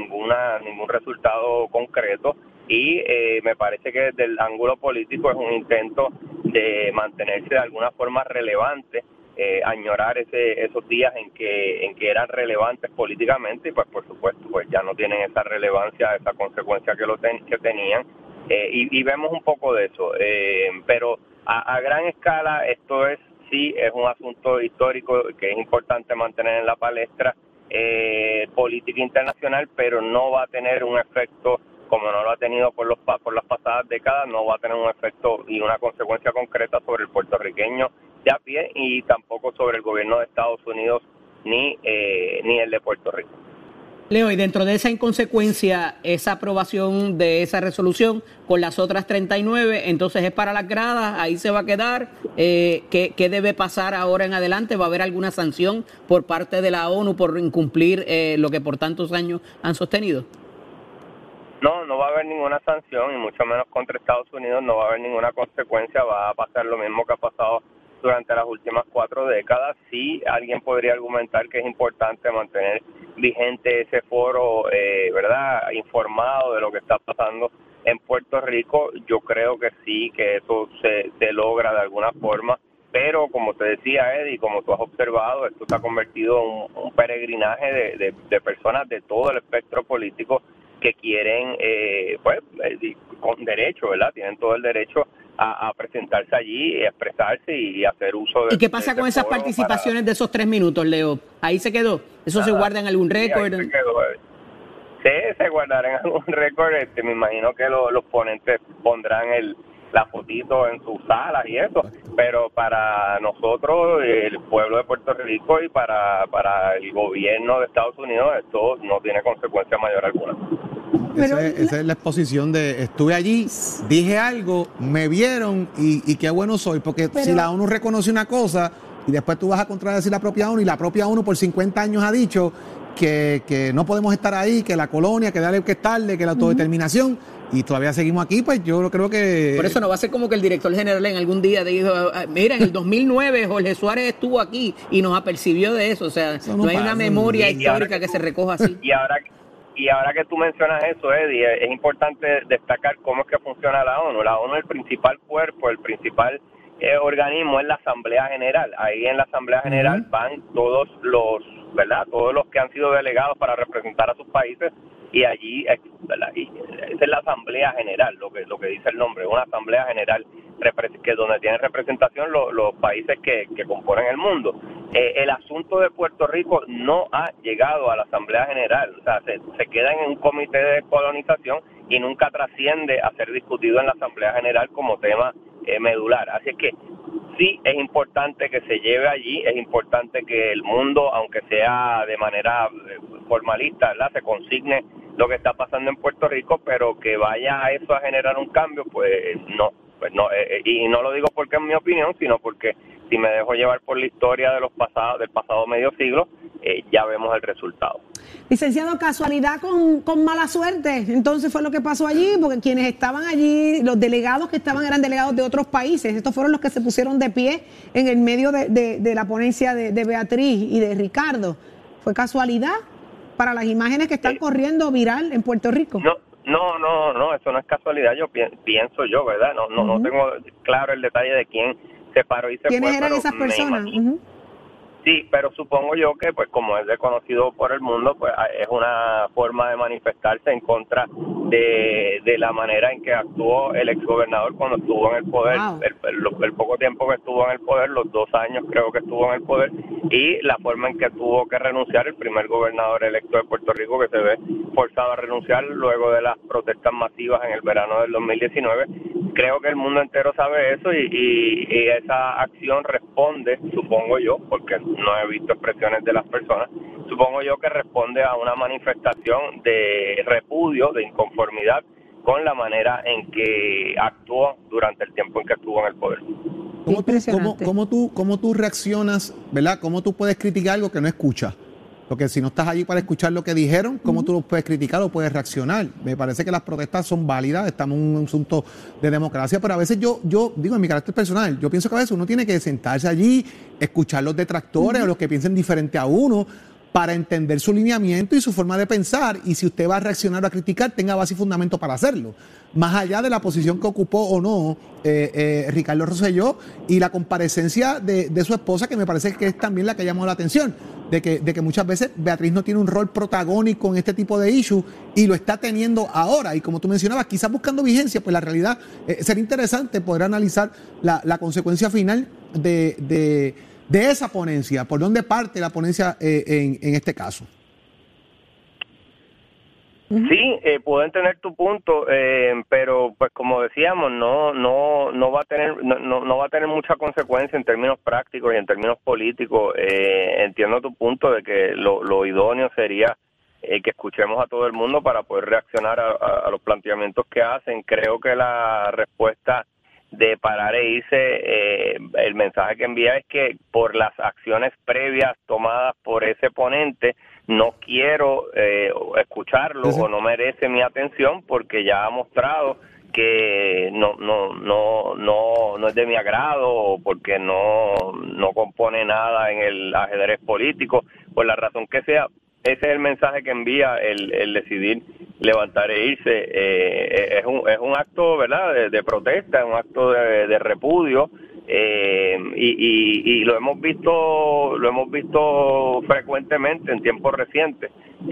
resultado concreto, y me parece que desde el ángulo político es un intento de mantenerse de alguna forma relevante, añorar esos días en que eran relevantes políticamente, y pues por supuesto pues ya no tienen esa relevancia, esa consecuencia que tenían, y vemos un poco de eso, pero a gran escala esto es un asunto histórico que es importante mantener en la palestra política internacional, pero no va a tener un efecto como no lo ha tenido por las pasadas décadas, no va a tener un efecto y una consecuencia concreta sobre el puertorriqueño de a pie, y tampoco sobre el gobierno de Estados Unidos ni el de Puerto Rico. Leo, y dentro de esa inconsecuencia, esa aprobación de esa resolución con las otras 39, entonces es para las gradas, ahí se va a quedar. ¿Qué debe pasar ahora en adelante? ¿Va a haber alguna sanción por parte de la ONU por incumplir lo que por tantos años han sostenido? No va a haber ninguna sanción, y mucho menos contra Estados Unidos. No va a haber ninguna consecuencia. Va a pasar lo mismo que ha pasado durante las últimas 4 décadas. Sí, alguien podría argumentar que es importante mantener vigente ese foro, ¿verdad?, informado de lo que está pasando en Puerto Rico. Yo creo que sí, que eso se logra de alguna forma. pero como te decía Eddie, como tú has observado, esto se ha convertido en un peregrinaje de personas de todo el espectro político que quieren, con derecho, ¿verdad? Tienen todo el derecho a presentarse allí, expresarse y hacer uso de... ¿Y qué pasa con esas participaciones de esos 3 minutos, Leo? ¿Ahí se quedó? ¿Eso se guarda en algún récord? Sí, se guardará en algún récord. Me imagino que los ponentes pondrán la fotito en sus salas y eso, pero para nosotros, el pueblo de Puerto Rico y para el gobierno de Estados Unidos, esto no tiene consecuencia mayor alguna. Esa es la exposición de estuve allí, dije algo, me vieron y qué bueno soy, porque si la ONU reconoce una cosa y después tú vas a contradecir la propia ONU y la propia ONU por 50 años ha dicho que no podemos estar ahí, que la colonia, que dale que es tarde, que la autodeterminación, y todavía seguimos aquí, pues yo creo que... Por eso no va a ser como que el director general en algún día dijo, mira, en el 2009 Jorge Suárez estuvo aquí y nos apercibió de eso, o sea, no hay una memoria histórica que se recoja así. Y ahora que tú mencionas eso, Eddie, es importante destacar cómo es que funciona la ONU. La ONU es el principal cuerpo, el principal organismo es la Asamblea General. Ahí en la Asamblea General van todos los que han sido delegados para representar a sus países, y allí, ¿verdad? Y esa es la Asamblea General, lo que dice el nombre, una Asamblea General que donde tienen representación los países que componen el mundo. El asunto de Puerto Rico no ha llegado a la Asamblea General, o sea, se queda en un comité de colonización y nunca trasciende a ser discutido en la Asamblea General como tema medular. Así es que sí es importante que se lleve allí, es importante que el mundo, aunque sea de manera formalista, ¿verdad?, se consigne lo que está pasando en Puerto Rico, pero que vaya a eso a generar un cambio, pues no, y no lo digo porque es mi opinión, sino porque si me dejo llevar por la historia del pasado medio siglo, ya vemos el resultado. Licenciado, casualidad con mala suerte, entonces fue lo que pasó allí, porque quienes estaban allí, los delegados que estaban eran delegados de otros países, estos fueron los que se pusieron de pie en el medio de la ponencia de Beatriz y de Ricardo. ¿Fue casualidad para las imágenes que están corriendo viral en Puerto Rico? No, eso no es casualidad, yo pienso yo, ¿verdad? No tengo claro el detalle de quién se paró y se fue. ¿Quiénes eran esas personas? Sí, pero supongo yo que, pues, como es reconocido por el mundo, pues es una forma de manifestarse en contra de la manera en que actuó el exgobernador cuando estuvo en el poder, el poco tiempo que estuvo en el poder, los 2 años creo que estuvo en el poder, y la forma en que tuvo que renunciar el primer gobernador electo de Puerto Rico, que se ve forzado a renunciar luego de las protestas masivas en el verano del 2019. Creo que el mundo entero sabe eso y esa acción responde, supongo yo, porque no he visto expresiones de las personas, supongo yo que responde a una manifestación de repudio, de inconformidad con la manera en que actuó durante el tiempo en que estuvo en el poder. ¿Cómo tú reaccionas, verdad? ¿Cómo tú puedes criticar algo que no escuchas? Porque si no estás allí para escuchar lo que dijeron, ¿cómo tú lo puedes criticar o puedes reaccionar? Me parece que las protestas son válidas, estamos en un asunto de democracia, pero a veces yo digo en mi carácter personal, yo pienso que a veces uno tiene que sentarse allí, escuchar los detractores o los que piensen diferente a uno, para entender su lineamiento y su forma de pensar, y si usted va a reaccionar o a criticar, tenga base y fundamento para hacerlo. Más allá de la posición que ocupó o no Ricardo Rosselló y la comparecencia de su esposa, que me parece que es también la que llamó la atención, de que muchas veces Beatriz no tiene un rol protagónico en este tipo de issue y lo está teniendo ahora, y como tú mencionabas, quizás buscando vigencia, pues la realidad sería interesante poder analizar la consecuencia final de esa ponencia, por dónde parte la ponencia en este caso. Sí, puedo entender tu punto, pero pues como decíamos, no va a tener mucha consecuencia en términos prácticos y en términos políticos. Entiendo tu punto de que lo idóneo sería que escuchemos a todo el mundo para poder reaccionar a los planteamientos que hacen. Creo que la respuesta de parar e irse, el mensaje que envía es que por las acciones previas tomadas por ese ponente no quiero escucharlo o no merece mi atención porque ya ha mostrado que no es de mi agrado o porque no compone nada en el ajedrez político, por la razón que sea. Ese es el mensaje que envía el decidir levantar e irse. Es un acto, ¿verdad?, de protesta, es un acto de repudio y lo hemos visto frecuentemente en tiempos recientes,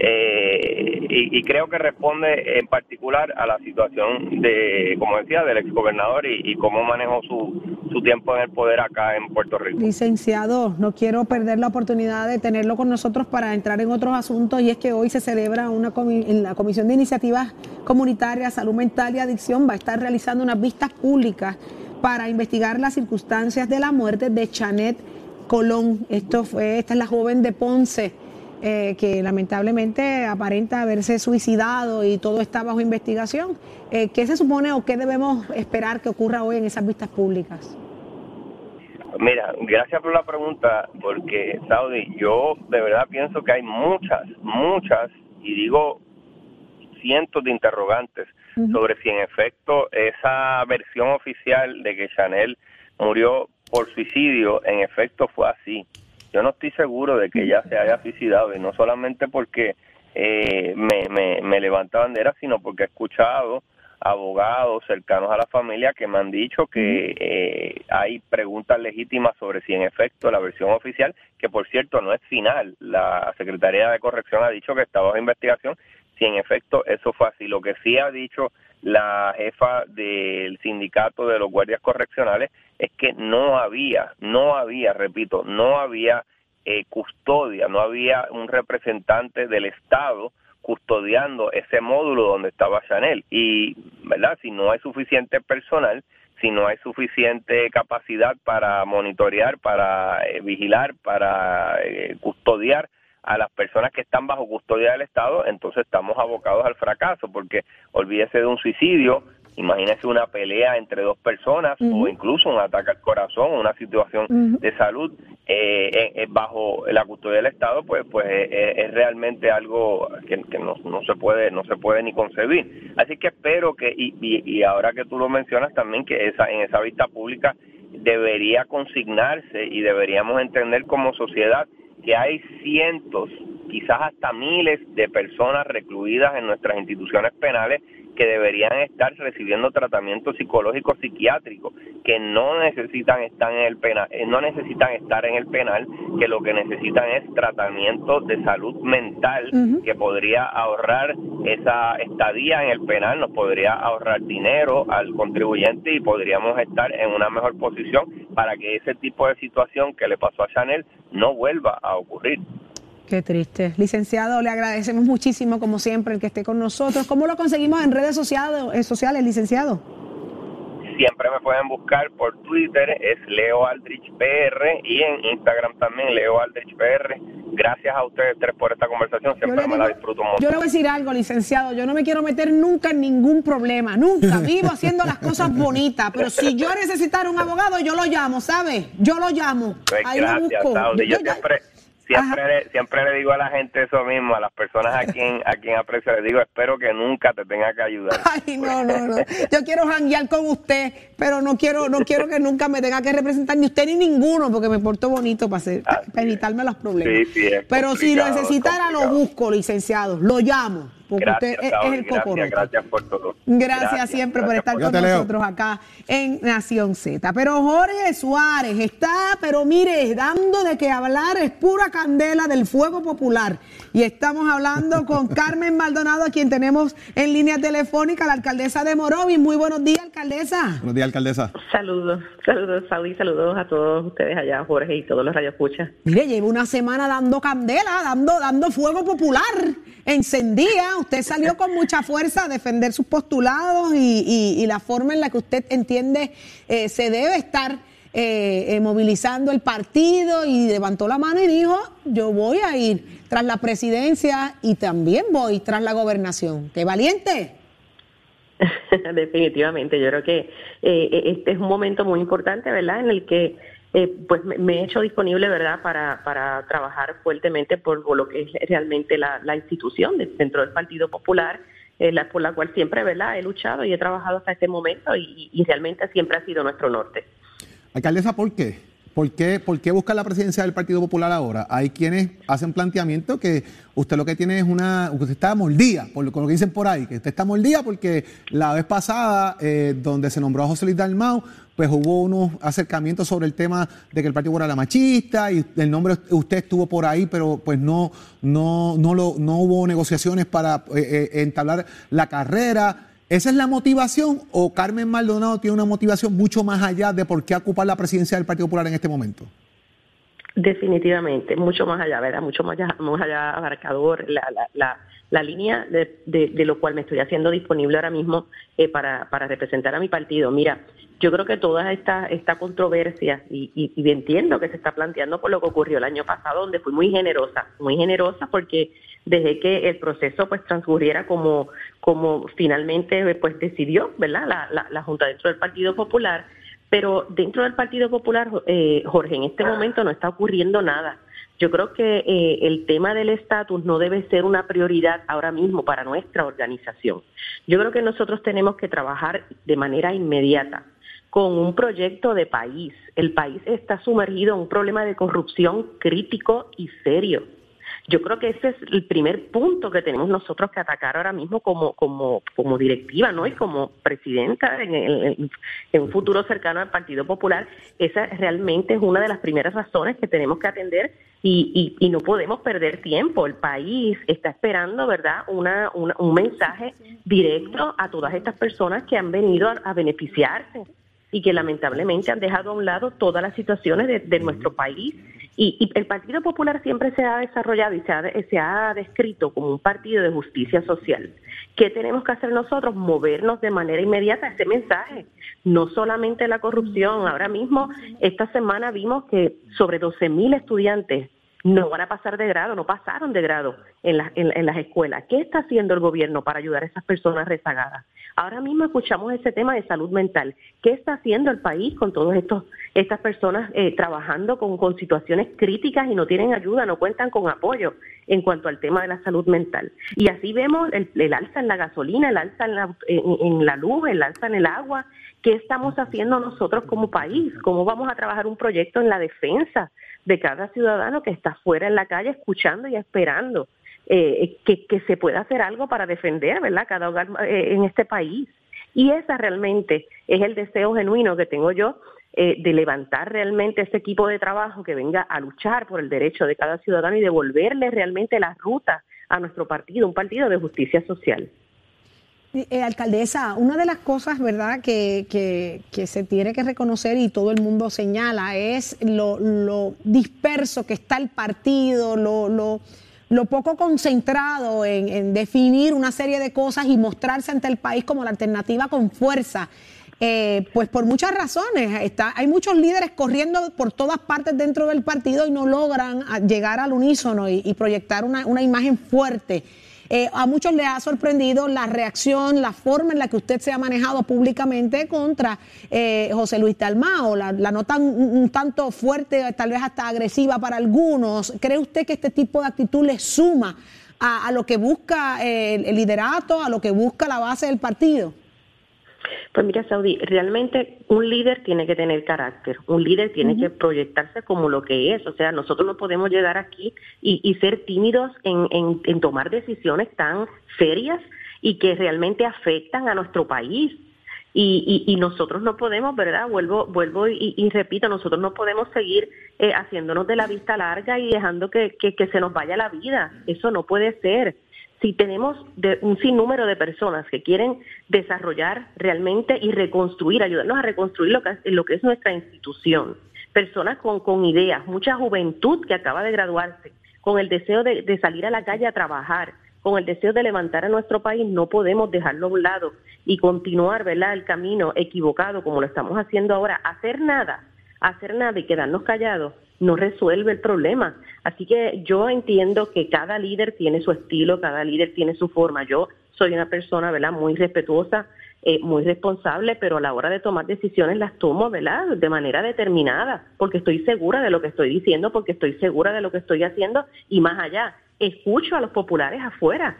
y creo que responde en particular a la situación de, como decía, del exgobernador y cómo manejó su tiempo en el poder acá en Puerto Rico. Licenciado, no quiero perder la oportunidad de tenerlo con nosotros para entrar en otros asuntos, y es que hoy se celebra en la Comisión de Iniciativas Comunitarias, Salud Mental y Adicción va a estar realizando unas vistas públicas para investigar las circunstancias de la muerte de Chanet Colón. Esta es la joven de Ponce que lamentablemente aparenta haberse suicidado y todo está bajo investigación. ¿Qué se supone o qué debemos esperar que ocurra hoy en esas vistas públicas? Mira, gracias por la pregunta, porque, Saudi, yo de verdad pienso que hay muchas, y digo cientos de interrogantes sobre si en efecto esa versión oficial de que Chanel murió por suicidio, en efecto fue así. Yo no estoy seguro de que ella se haya suicidado, y no solamente porque me levanta bandera, sino porque he escuchado abogados cercanos a la familia que me han dicho que hay preguntas legítimas sobre si en efecto la versión oficial, que por cierto no es final, la Secretaría de Corrección ha dicho que está bajo investigación, si en efecto eso fue así. Lo que sí ha dicho la jefa del sindicato de los guardias correccionales es que no había custodia, no había un representante del Estado custodiando ese módulo donde estaba Chanel. Y, ¿verdad?, si no hay suficiente personal, si no hay suficiente capacidad para monitorear, para vigilar, para custodiar a las personas que están bajo custodia del Estado, entonces estamos abocados al fracaso, porque olvídese de un suicidio, imagínese una pelea entre dos personas o incluso un ataque al corazón, una situación de salud bajo la custodia del Estado, pues es realmente algo que no se puede ni concebir. Así que espero que, y ahora que tú lo mencionas también, que en esa vista pública debería consignarse y deberíamos entender como sociedad que hay cientos, quizás hasta miles de personas recluidas en nuestras instituciones penales que deberían estar recibiendo tratamiento psicológico psiquiátrico, que no necesitan estar en el penal, que lo que necesitan es tratamiento de salud mental, que podría ahorrar esa estadía en el penal, nos podría ahorrar dinero al contribuyente y podríamos estar en una mejor posición para que ese tipo de situación que le pasó a Chanel no vuelva a ocurrir. Qué triste. Licenciado, le agradecemos muchísimo, como siempre, el que esté con nosotros. ¿Cómo lo conseguimos en redes sociales, licenciado? Siempre me pueden buscar por Twitter, es Leo Aldrich PR, y en Instagram también, Leo Aldrich PR. Gracias a ustedes tres por esta conversación, siempre me la disfruto mucho. Yo le voy a decir algo, licenciado, yo no me quiero meter nunca en ningún problema, nunca, vivo haciendo las cosas bonitas, pero si yo necesitara un abogado, yo lo llamo, ¿sabe? Yo lo llamo. Pues ahí gracias, lo busco. Saudi. Yo siempre le digo a la gente eso mismo, a las personas a quien aprecio, le digo, espero que nunca te tenga que ayudar. Ay, no. Yo quiero janguear con usted, pero no quiero que nunca me tenga que representar ni usted ni ninguno, porque me porto bonito para evitarme los problemas. Sí, pero si lo necesitara, lo busco, licenciado, lo llamo. Porque gracias, usted es el cocorote. Gracias por todo. Gracias siempre por estar con nosotros acá en Nación Z. Pero Jorge Suárez está, pero mire, dando de qué hablar, es pura candela del fuego popular. Y estamos hablando con Carmen Maldonado, a quien tenemos en línea telefónica, la alcaldesa de Morovis. Muy buenos días, alcaldesa. Buenos días, alcaldesa. Saludos, Saudi, saludos a todos ustedes allá, Jorge, y todos los radioescuchas. Mire, llevo una semana dando candela, dando fuego popular, encendida. Usted salió con mucha fuerza a defender sus postulados y la forma en la que usted entiende se debe estar movilizando el partido, y levantó la mano y dijo, yo voy a ir tras la presidencia y también voy tras la gobernación. ¡Qué valiente! Definitivamente, yo creo que este es un momento muy importante, ¿verdad?, en el que pues me he hecho disponible, ¿verdad?, para trabajar fuertemente por lo que es realmente la institución dentro del Partido Popular, por la cual siempre, ¿verdad?, he luchado y he trabajado hasta este momento, y realmente siempre ha sido nuestro norte. Alcaldesa, ¿por qué? ¿Por qué buscar la presidencia del Partido Popular ahora? Hay quienes hacen planteamiento que usted lo que tiene es usted está mordida, con lo que dicen por ahí, que usted está mordida porque la vez pasada, donde se nombró a José Luis Dalmau, pues hubo unos acercamientos sobre el tema de que el Partido Popular era machista y el nombre usted estuvo por ahí, pero pues no hubo negociaciones para entablar la carrera. ¿Esa es la motivación o Carmen Maldonado tiene una motivación mucho más allá de por qué ocupar la presidencia del Partido Popular en este momento? Definitivamente, mucho más allá, ¿verdad? Mucho más allá abarcador la línea de lo cual me estoy haciendo disponible ahora mismo para representar a mi partido. Mira, yo creo que toda esta controversia, y entiendo que se está planteando por lo que ocurrió el año pasado, donde fui muy generosa porque dejé que el proceso pues transcurriera como finalmente pues decidió, ¿verdad? La Junta dentro del Partido Popular. Pero dentro del Partido Popular, Jorge, en este momento no está ocurriendo nada. Yo creo que el tema del estatus no debe ser una prioridad ahora mismo para nuestra organización. Yo creo que nosotros tenemos que trabajar de manera inmediata con un proyecto de país. El país está sumergido en un problema de corrupción crítico y serio. Yo creo que ese es el primer punto que tenemos nosotros que atacar ahora mismo como directiva, ¿no? Y como presidenta en un futuro cercano al Partido Popular. Esa realmente es una de las primeras razones que tenemos que atender y no podemos perder tiempo. El país está esperando, ¿verdad?, un mensaje directo a todas estas personas que han venido a beneficiarse y que lamentablemente han dejado a un lado todas las situaciones de nuestro país. Y el Partido Popular siempre se ha desarrollado y se ha descrito como un partido de justicia social. ¿Qué tenemos que hacer nosotros? Movernos de manera inmediata ese mensaje. No solamente la corrupción. Ahora mismo, esta semana vimos que sobre 12,000 estudiantes no van a pasar de grado, no pasaron de grado en las escuelas. ¿Qué está haciendo el gobierno para ayudar a esas personas rezagadas? Ahora mismo escuchamos ese tema de salud mental. ¿Qué está haciendo el país con todas estas personas trabajando con situaciones críticas y no tienen ayuda, no cuentan con apoyo en cuanto al tema de la salud mental? Y así vemos el alza en la gasolina, el alza en la luz, el alza en el agua. ¿Qué estamos haciendo nosotros como país? ¿Cómo vamos a trabajar un proyecto en la defensa de cada ciudadano que está fuera en la calle escuchando y esperando que se pueda hacer algo para defender, ¿verdad?, cada hogar en este país? Y esa realmente es el deseo genuino que tengo yo de levantar realmente ese equipo de trabajo que venga a luchar por el derecho de cada ciudadano y devolverle realmente la ruta a nuestro partido, un partido de justicia social. Alcaldesa, una de las cosas, ¿verdad?, que se tiene que reconocer y todo el mundo señala es lo disperso que está el partido, lo poco concentrado en definir una serie de cosas y mostrarse ante el país como la alternativa con fuerza. Pues por muchas razones. Hay muchos líderes corriendo por todas partes dentro del partido y no logran llegar al unísono y proyectar una imagen fuerte. A muchos les ha sorprendido la reacción, la forma en la que usted se ha manejado públicamente contra José Luis Dalmau, la nota un tanto fuerte, tal vez hasta agresiva para algunos. ¿Cree usted que este tipo de actitud le suma a lo que busca el liderato, a lo que busca la base del partido? Pues mira, Saudi, realmente un líder tiene que tener carácter, un líder tiene que proyectarse como lo que es. O sea, nosotros no podemos llegar aquí y ser tímidos en tomar decisiones tan serias y que realmente afectan a nuestro país. Y nosotros no podemos, ¿verdad? Vuelvo y repito, nosotros no podemos seguir haciéndonos de la vista larga y dejando que se nos vaya la vida. Eso no puede ser. Si tenemos un sinnúmero de personas que quieren desarrollar realmente y reconstruir, ayudarnos a reconstruir lo que es nuestra institución, personas con ideas, mucha juventud que acaba de graduarse, con el deseo de salir a la calle a trabajar, con el deseo de levantar a nuestro país, no podemos dejarlo a un lado y continuar, ¿verdad?, el camino equivocado como lo estamos haciendo ahora. Hacer nada y quedarnos callados no resuelve el problema. Así que yo entiendo que cada líder tiene su estilo, cada líder tiene su forma. Yo soy una persona, ¿verdad?, muy respetuosa, muy responsable, pero a la hora de tomar decisiones las tomo, ¿verdad?, de manera determinada, porque estoy segura de lo que estoy diciendo, porque estoy segura de lo que estoy haciendo y más allá, escucho a los populares afuera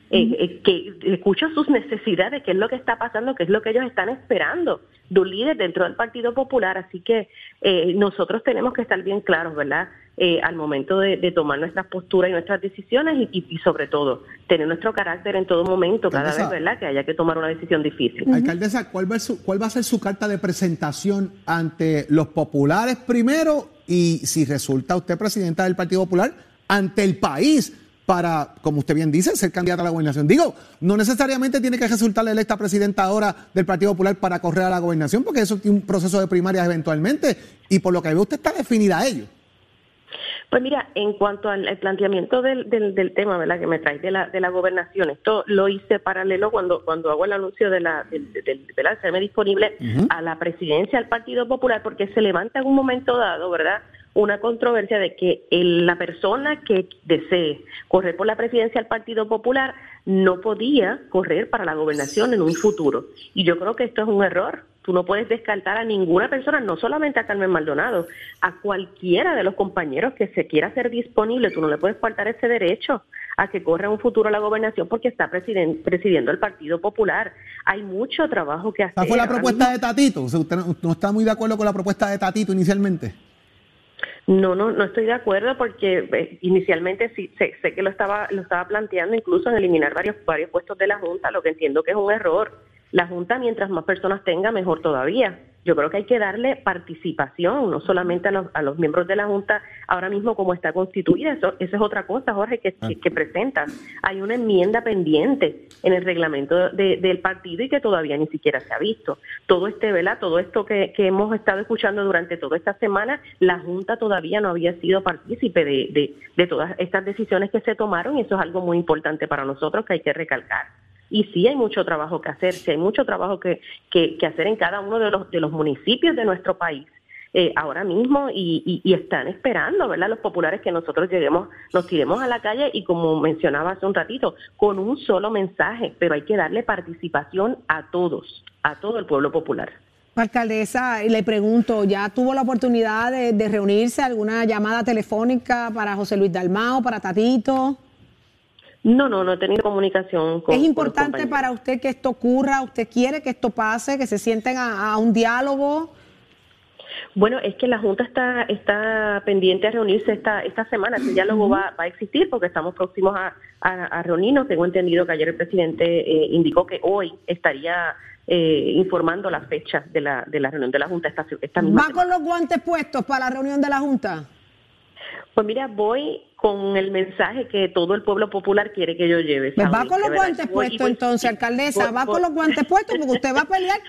que escucho sus necesidades, qué es lo que está pasando, qué es lo que ellos están esperando de un líder dentro del Partido Popular. Así que nosotros tenemos que estar bien claros, ¿verdad? Al momento de tomar nuestras posturas y nuestras decisiones y sobre todo tener nuestro carácter en todo momento, cada vez, ¿verdad?, que haya que tomar una decisión difícil. Alcaldesa, ¿cuál va a ser su carta de presentación ante los populares primero y, si resulta usted presidenta del Partido Popular, ante el país para, como usted bien dice, ser candidata a la gobernación? Digo, no necesariamente tiene que resultarle electa presidenta ahora del Partido Popular para correr a la gobernación, porque eso tiene un proceso de primarias eventualmente, y por lo que veo usted está definida a ello. Pues mira, en cuanto al planteamiento del tema, ¿verdad?, que me trae de la gobernación, esto lo hice paralelo cuando hago el anuncio de serme disponible a la presidencia del Partido Popular, porque se levanta en un momento dado, ¿verdad?, una controversia de que la persona que desee correr por la presidencia del Partido Popular no podía correr para la gobernación en un futuro. Y yo creo que esto es un error. Tú no puedes descartar a ninguna persona, no solamente a Carmen Maldonado, a cualquiera de los compañeros que se quiera hacer disponible. Tú no le puedes faltar ese derecho a que corra en un futuro a la gobernación porque está presidiendo el Partido Popular. Hay mucho trabajo que hacer. ¿Esa fue la propuesta de Tatito? O sea, ¿usted no está muy de acuerdo con la propuesta de Tatito inicialmente? No estoy de acuerdo porque inicialmente sí sé que lo estaba planteando incluso en eliminar varios puestos de la Junta, lo que entiendo que es un error. La Junta, mientras más personas tenga, mejor todavía. Yo creo que hay que darle participación, no solamente a los miembros de la Junta ahora mismo como está constituida. Eso es otra cosa, Jorge, que presentas. Hay una enmienda pendiente en el reglamento del partido y que todavía ni siquiera se ha visto. Todo esto que hemos estado escuchando durante toda esta semana, la Junta todavía no había sido partícipe de todas estas decisiones que se tomaron, y eso es algo muy importante para nosotros que hay que recalcar. Y sí hay mucho trabajo que hacer, sí hay mucho trabajo que hacer en cada uno de los municipios de nuestro país ahora mismo y están esperando, ¿verdad?, los populares que nosotros nos tiremos a la calle y, como mencionaba hace un ratito, con un solo mensaje, pero hay que darle participación a todos, a todo el pueblo popular. Alcaldesa, le pregunto, ¿ya tuvo la oportunidad de reunirse, alguna llamada telefónica para José Luis Dalmao, para Tatito? No he tenido comunicación con. ¿Es importante para usted que esto ocurra? ¿Usted quiere que esto pase, que se sienten a un diálogo? Bueno, es que la Junta está pendiente a reunirse esta semana. Ese diálogo va a existir porque estamos próximos a reunirnos. Tengo entendido que ayer el presidente indicó que hoy estaría informando la fecha de la reunión de la Junta esta misma semana. ¿Va con los guantes puestos para la reunión de la Junta? Pues mira, voy con el mensaje que todo el pueblo popular quiere que yo lleve. Pues va con los guantes puestos entonces, alcaldesa, va con los guantes puestos porque usted va a pelear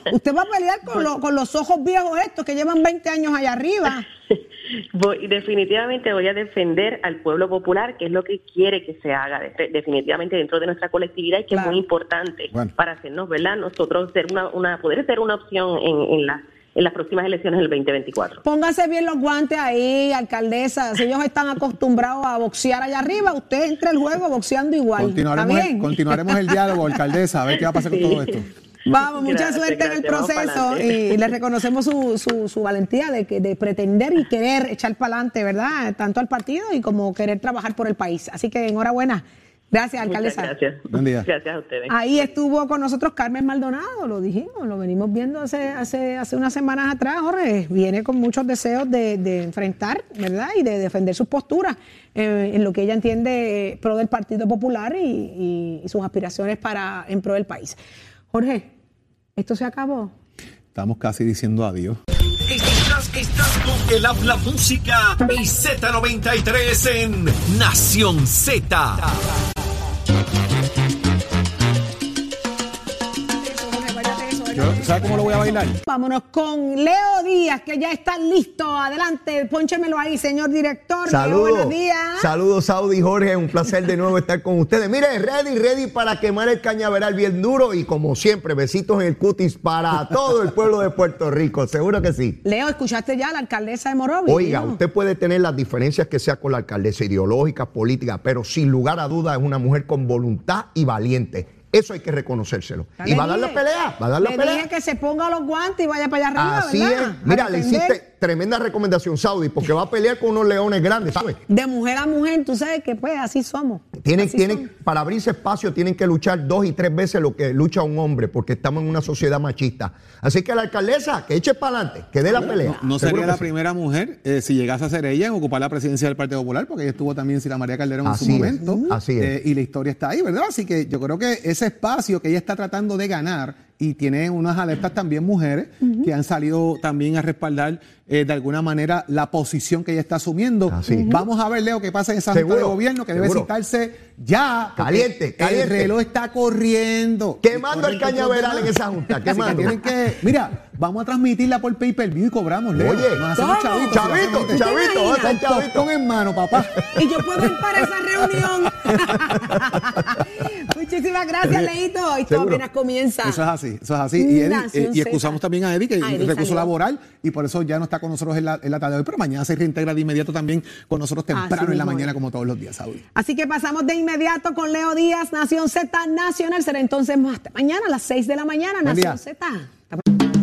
con los ojos viejos estos que llevan 20 años allá arriba. Definitivamente voy a defender al pueblo popular, que es lo que quiere que se haga definitivamente dentro de nuestra colectividad y que es muy importante para hacernos, ¿verdad?, nosotros poder ser una opción en las próximas elecciones del 2024. Póngase bien los guantes ahí, alcaldesa. Si ellos están acostumbrados a boxear allá arriba, usted entra al juego boxeando igual. Continuaremos el diálogo, alcaldesa, a ver qué va a pasar con todo esto. Vamos, mucha suerte en el proceso y le reconocemos su valentía de pretender y querer echar para adelante, ¿verdad?, tanto al partido y como querer trabajar por el país. Así que enhorabuena. Gracias, alcaldesa. Muchas gracias. Buen día. Gracias a ustedes. Ahí estuvo con nosotros Carmen Maldonado, lo dijimos, lo venimos viendo hace unas semanas atrás, Jorge. Viene con muchos deseos de enfrentar, ¿verdad?, y de defender sus posturas en lo que ella entiende pro del Partido Popular y sus aspiraciones en pro del país. Jorge, ¿esto se acabó? Estamos casi diciendo adiós. Estás con el Habla Música y Z93 en Nación Z. ¿Sabes cómo lo voy a bailar? Vámonos con Leo Díaz, que ya está listo. Adelante, pónchemelo ahí, señor director. Saludos. Leo, buenos días. Saludos, Saudi, Jorge. Un placer de nuevo estar con ustedes. Mire, ready para quemar el cañaveral bien duro. Y como siempre, besitos en el cutis para todo el pueblo de Puerto Rico. Seguro que sí. Leo, ¿escuchaste ya a la alcaldesa de Morovis? Oiga, usted puede tener las diferencias que sea con la alcaldesa, ideológicas, políticas, pero sin lugar a dudas es una mujer con voluntad y valiente. Eso hay que reconocérselo. Y va a dar la pelea, Le dije que se ponga los guantes y vaya para allá arriba, así ¿verdad? es. Mira, le hiciste tremenda recomendación, Saudi, porque va a pelear con unos leones grandes, ¿sabes? De mujer a mujer, tú sabes que pues así somos. Para abrirse espacio tienen que luchar 2 y 3 veces lo que lucha un hombre, porque estamos en una sociedad machista. Así que la alcaldesa, que eche para adelante, que dé la pelea. No sería la primera mujer, si llegase a ser ella, en ocupar la presidencia del Partido Popular, porque ella estuvo también Sila María Calderón en su momento. Así es. Y la historia está ahí, ¿verdad? Así que yo creo que ese espacio que ella está tratando de ganar, y tiene unas adeptas también mujeres que han salido también a respaldar de alguna manera la posición que ella está asumiendo. Vamos a ver, Leo, qué pasa en esa Junta de Gobierno, que debe citarse ya. Caliente. El reloj está corriendo. Quemando el cañaveral en esa Junta. Quemando. Mira, vamos a transmitirla por pay-per-view y cobramos, Leo. Oye, nos hacemos chavito. Con en mano, papá. Y yo puedo ir para esa reunión. Muchísimas gracias, Leito. Esto apenas comienza. Eso es así. Y excusamos también a Eddie, que es recurso laboral, y por eso ya no está con nosotros en la tarde de hoy, pero mañana se reintegra de inmediato también con nosotros temprano en la mañana, como todos los días, Saudi. Así que pasamos de inmediato con Leo Díaz, Nación Z Nacional. Será entonces hasta mañana a las 6 de la mañana, Nación Z.